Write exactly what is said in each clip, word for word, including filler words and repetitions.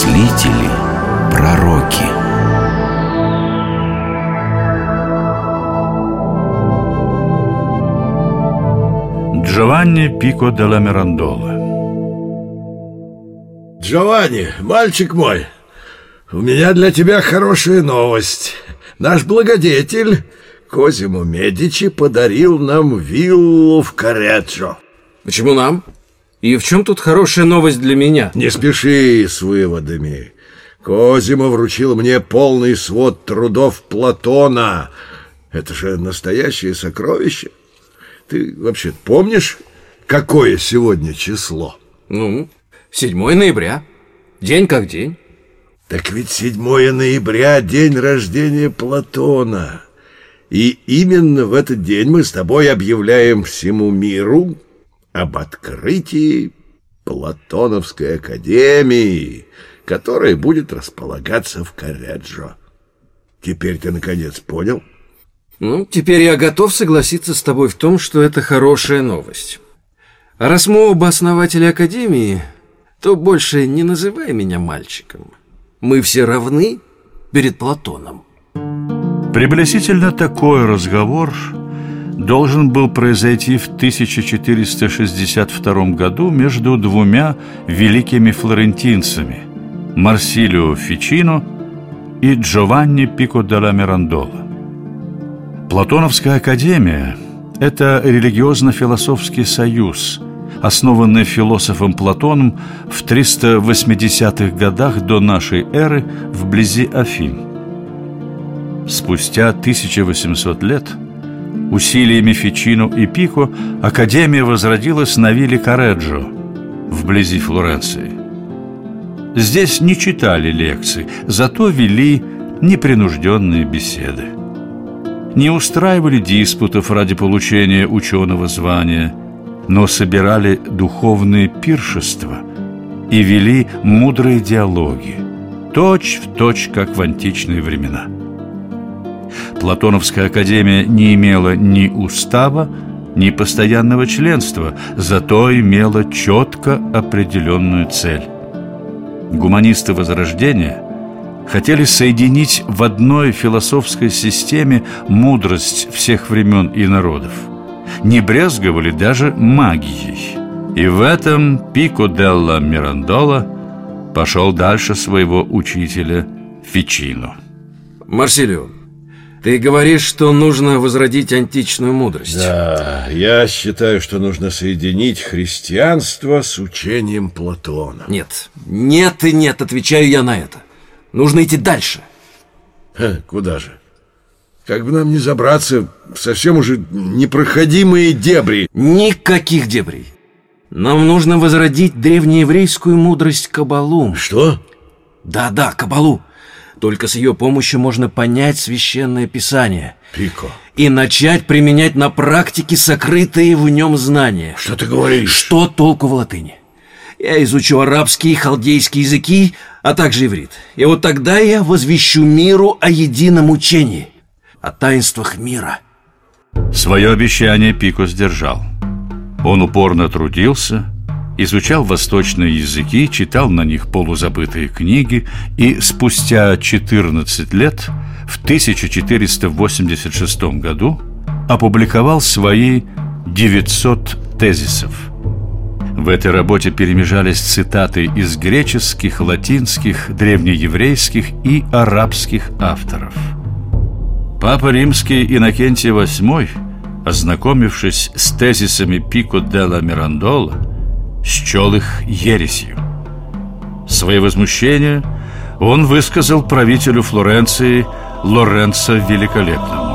мыслители, пророки. Джованни Пико делла Мирандола. Джованни, мальчик мой, у меня для тебя хорошая новость. Наш благодетель Козимо Медичи подарил нам виллу в Корреджо. Почему нам? И в чем тут хорошая новость для меня? Не спеши с выводами. Козимо вручил мне полный свод трудов Платона. Это же настоящее сокровище. Ты вообще помнишь, какое сегодня число? Ну, седьмое ноября. День как день. Так ведь седьмое ноября день рождения Платона. И именно в этот день мы с тобой объявляем всему миру об открытии Платоновской академии, которая будет располагаться в Корреджо. Теперь ты наконец понял? Ну, теперь я готов согласиться с тобой в том, что это хорошая новость. А раз мы оба основатели академии, то больше не называй меня мальчиком. Мы все равны перед Платоном. Приблизительно такой разговор должен был произойти в тысяча четыреста шестьдесят втором году между двумя великими флорентинцами – Марсилио Фичино и Джованни Пико делла Мирандола. Платоновская академия – это религиозно-философский союз, основанный философом Платоном в триста восьмидесятых годах до нашей эры вблизи Афин. Спустя тысяча восемьсот лет усилиями Фичино и Пико академия возродилась на вилле Корреджо, вблизи Флоренции. Здесь не читали лекций, зато вели непринужденные беседы. Не устраивали диспутов ради получения ученого звания, но собирали духовные пиршества и вели мудрые диалоги, точь в точь, как в античные времена. Платоновская академия не имела ни устава, ни постоянного членства, зато имела четко определенную цель. Гуманисты Возрождения хотели соединить в одной философской системе мудрость всех времен и народов, не брезговали даже магией. И в этом Пико делла Мирандола пошел дальше своего учителя Фичино. Марсилио, ты говоришь, что нужно возродить античную мудрость. Да, я считаю, что нужно соединить христианство с учением Платона. Нет, нет и нет, отвечаю я на это. Нужно идти дальше. Ха, куда же? Как бы нам не забраться в совсем уже непроходимые дебри. Никаких дебрей. Нам нужно возродить древнееврейскую мудрость Кабалу. Что? Да-да, Кабалу. Только с ее помощью можно понять священное писание. Пико. И начать применять на практике сокрытые в нем знания. Что ты говоришь? Что толку в латыни? Я изучу арабский и халдейский языки, а также иврит. И вот тогда я возвещу миру о едином учении, о таинствах мира. Свое обещание Пико сдержал. Он упорно трудился, изучал восточные языки, читал на них полузабытые книги и спустя четырнадцать лет, в тысяча четыреста восемьдесят шестом году, опубликовал свои девятьсот тезисов. В этой работе перемежались цитаты из греческих, латинских, древнееврейских и арабских авторов. Папа Римский Иннокентий восьмой, ознакомившись с тезисами Пико делла Мирандола, счел их ересью. Свои возмущения он высказал правителю Флоренции Лоренцо Великолепному.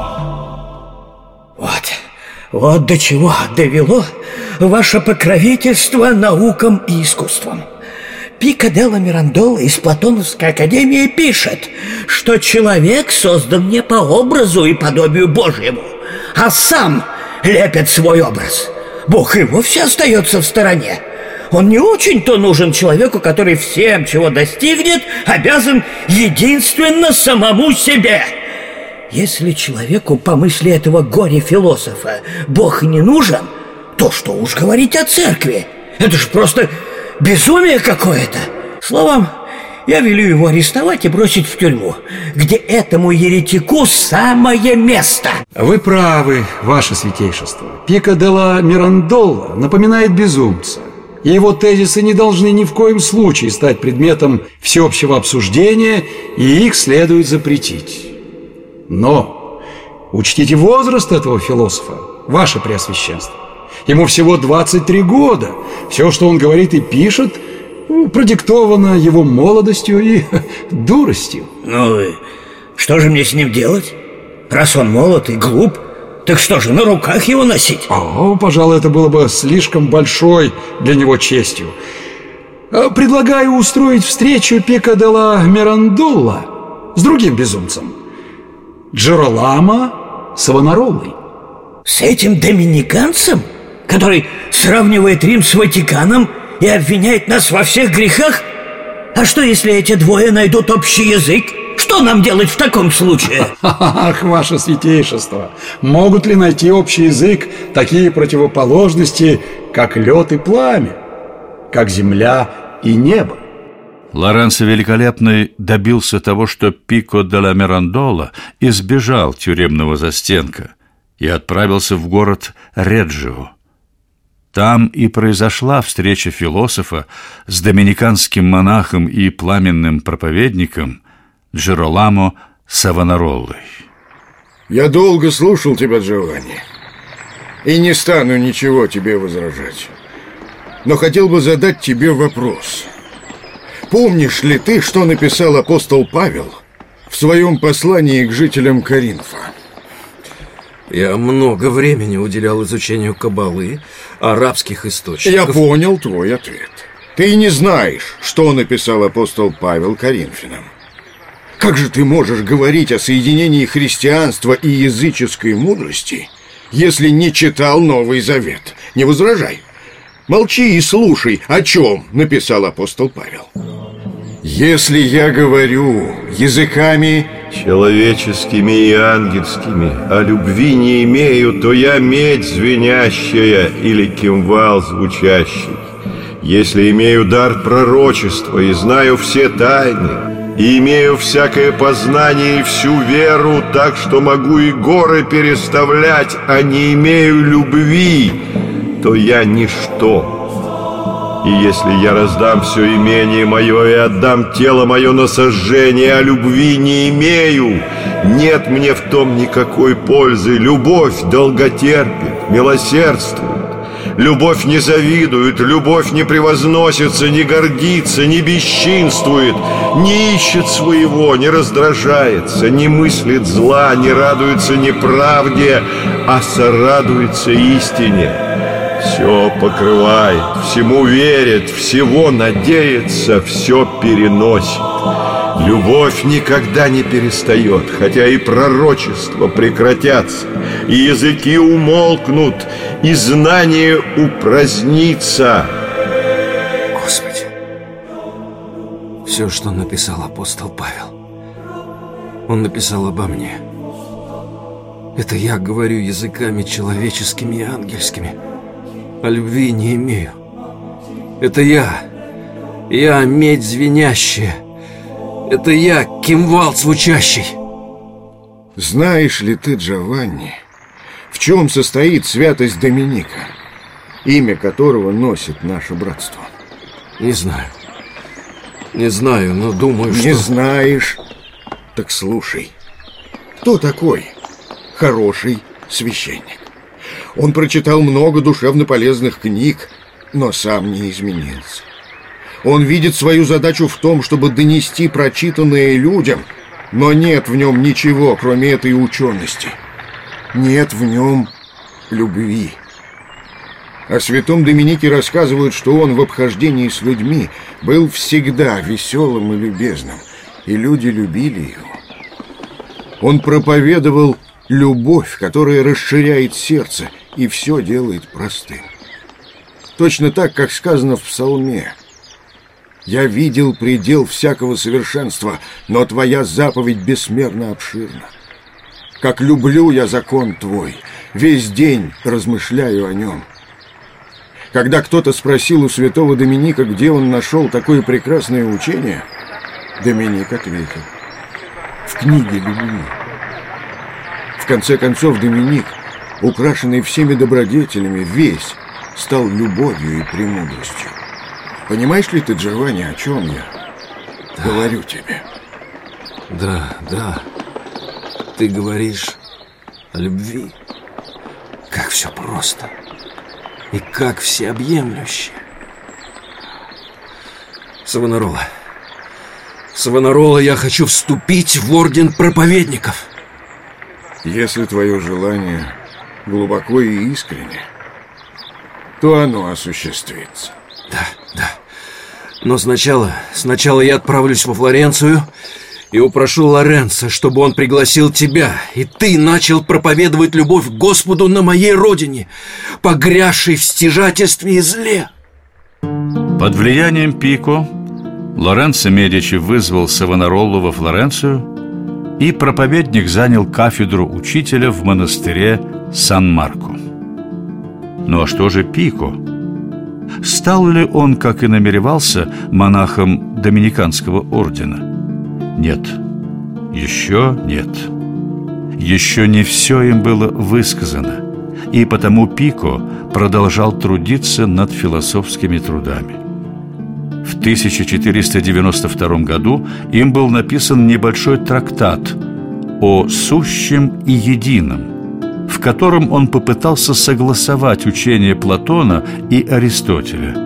Вот, вот до чего довело ваше покровительство наукам и искусствам. Пико делла Мирандола из Платоновской академии пишет, что человек создан не по образу и подобию Божьему, а сам лепит свой образ. Бог и вовсе остается в стороне. Он не очень-то нужен человеку, который всем, чего достигнет, обязан единственно самому себе. Если человеку, по мысли этого горе-философа, Бог не нужен, то что уж говорить о церкви? Это же просто безумие какое-то. Словом, я велю его арестовать и бросить в тюрьму, где этому еретику самое место. Вы правы, ваше святейшество. Пико делла Мирандола напоминает безумца. И его тезисы не должны ни в коем случае стать предметом всеобщего обсуждения, и их следует запретить. Но учтите возраст этого философа, ваше преосвященство. Ему всего двадцать три года. Все, что он говорит и пишет, продиктовано его молодостью и дуростью. Ну и что же мне с ним делать? Раз он молод и глуп, так что же, на руках его носить? О, пожалуй, это было бы слишком большой для него честью. Предлагаю устроить встречу Пико делла Мирандола с другим безумцем, Джероламо Савонаролой. С этим доминиканцем, который сравнивает Рим с Ватиканом и обвиняет нас во всех грехах? А что, если эти двое найдут общий язык? Что нам делать в таком случае? Ах, ваше святейшество, могут ли найти общий язык такие противоположности, как лед и пламя, как земля и небо? Лоренцо Великолепный добился того, что Пико делла Мирандола избежал тюремного застенка и отправился в город Реджио. Там и произошла встреча философа с доминиканским монахом и пламенным проповедником Джероламо Савонаролой. Я долго слушал тебя, Джованни, и не стану ничего тебе возражать. Но хотел бы задать тебе вопрос. Помнишь ли ты, что написал апостол Павел в своем послании к жителям Коринфа? Я много времени уделял изучению каббалы, арабских источников. Я понял твой ответ. Ты не знаешь, что написал апостол Павел Коринфянам. Как же ты можешь говорить о соединении христианства и языческой мудрости, если не читал Новый Завет? Не возражай. Молчи и слушай, о чем написал апостол Павел. Если я говорю языками человеческими и ангельскими, а любви не имею, то я медь звенящая или кимвал звучащий. Если имею дар пророчества и знаю все тайны, и имею всякое познание и всю веру, так что могу и горы переставлять, а не имею любви, то я ничто. И если я раздам все имение мое и отдам тело мое на сожжение, а любви не имею, нет мне в том никакой пользы. Любовь долготерпит, милосердствует. Любовь не завидует, любовь не превозносится, не гордится, не бесчинствует, не ищет своего, не раздражается, не мыслит зла, не радуется неправде, а сорадуется истине. Все покрывает, всему верит, всего надеется, все переносит. Любовь никогда не перестает, хотя и пророчества прекратятся, и языки умолкнут, и знание упразднится. Господи, все, что написал апостол Павел, он написал обо мне. Это я говорю языками человеческими и ангельскими, а любви не имею. Это я, я медь звенящая. Это я, кимвал звучащий. Знаешь ли ты, Джованни, в чем состоит святость Доминика, имя которого носит наше братство? Не знаю. Не знаю, но думаю, что... Не знаешь? Так слушай. Кто такой хороший священник? Он прочитал много душевно полезных книг, но сам не изменился. Он видит свою задачу в том, чтобы донести прочитанное людям, но нет в нем ничего, кроме этой учености. Нет в нем любви. О святом Доминике рассказывают, что он в обхождении с людьми был всегда веселым и любезным, и люди любили его. Он проповедовал любовь, которая расширяет сердце и все делает простым. Точно так, как сказано в Псалме: «Я видел предел всякого совершенства, но твоя заповедь бессмерно обширна. Как люблю я закон твой, весь день размышляю о нем». Когда кто-то спросил у святого Доминика, где он нашел такое прекрасное учение, Доминик ответил: в книге любви. В конце концов, Доминик, украшенный всеми добродетелями, весь стал любовью и премудростью. Понимаешь ли ты, Джованни, о чем я да. говорю тебе? Да, да. Ты говоришь о любви. Как все просто. И как всеобъемлюще. Савонарола. Савонарола, я хочу вступить в орден проповедников. Если твое желание глубоко и искренне, то оно осуществится. Да, да. Но сначала, сначала я отправлюсь во Флоренцию и упрошу Лоренцо, чтобы он пригласил тебя, и ты начал проповедовать любовь к Господу на моей родине, погрязшей в стяжательстве и зле. Под влиянием Пико Лоренцо Медичи вызвал Савонаролу во Флоренцию, и проповедник занял кафедру учителя в монастыре Сан-Марко. Ну а что же Пико? Стал ли он, как и намеревался, монахом Доминиканского ордена? Нет, еще нет. Еще не все им было высказано, и потому Пико продолжал трудиться над философскими трудами. В тысяча четыреста девяносто втором году им был написан небольшой трактат о сущем и едином, в котором он попытался согласовать учения Платона и Аристотеля.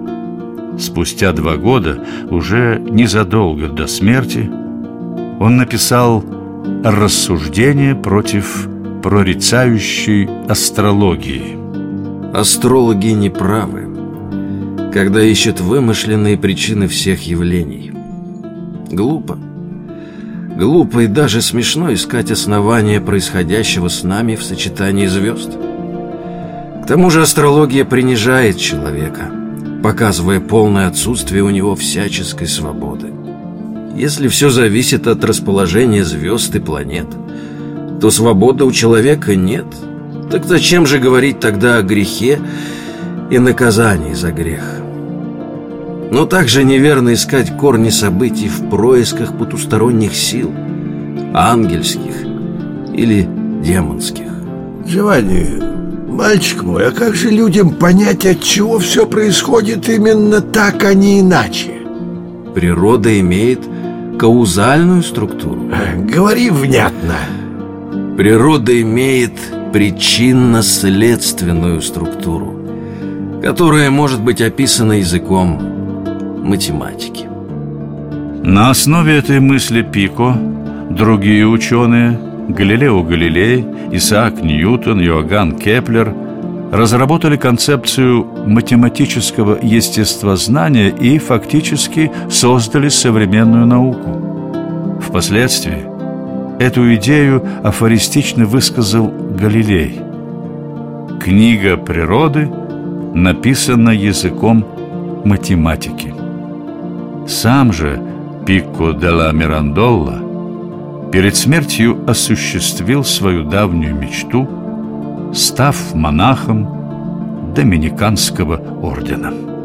Спустя два года, уже незадолго до смерти, он написал «Рассуждение против прорицающей астрологии». Астрологи не правы, когда ищут вымышленные причины всех явлений. Глупо. Глупо и даже смешно искать основания происходящего с нами в сочетании звезд. К тому же астрология принижает человека, показывая полное отсутствие у него всяческой свободы. Если все зависит от расположения звезд и планет, то свободы у человека нет. Так зачем же говорить тогда о грехе и наказании за грех? Но также неверно искать корни событий в происках потусторонних сил, ангельских или демонских. Джованни, мальчик мой, а как же людям понять, от чего все происходит именно так, а не иначе? Природа имеет каузальную структуру. Говори внятно. Природа имеет причинно-следственную структуру, которая может быть описана языком математики. На основе этой мысли Пико другие ученые – Галилео Галилей, Исаак Ньютон, Иоганн Кеплер – разработали концепцию математического естествознания и фактически создали современную науку. Впоследствии эту идею афористично высказал Галилей. Книга природы написана языком математики. Сам же Пико делла Мирандолла перед смертью осуществил свою давнюю мечту, став монахом Доминиканского ордена.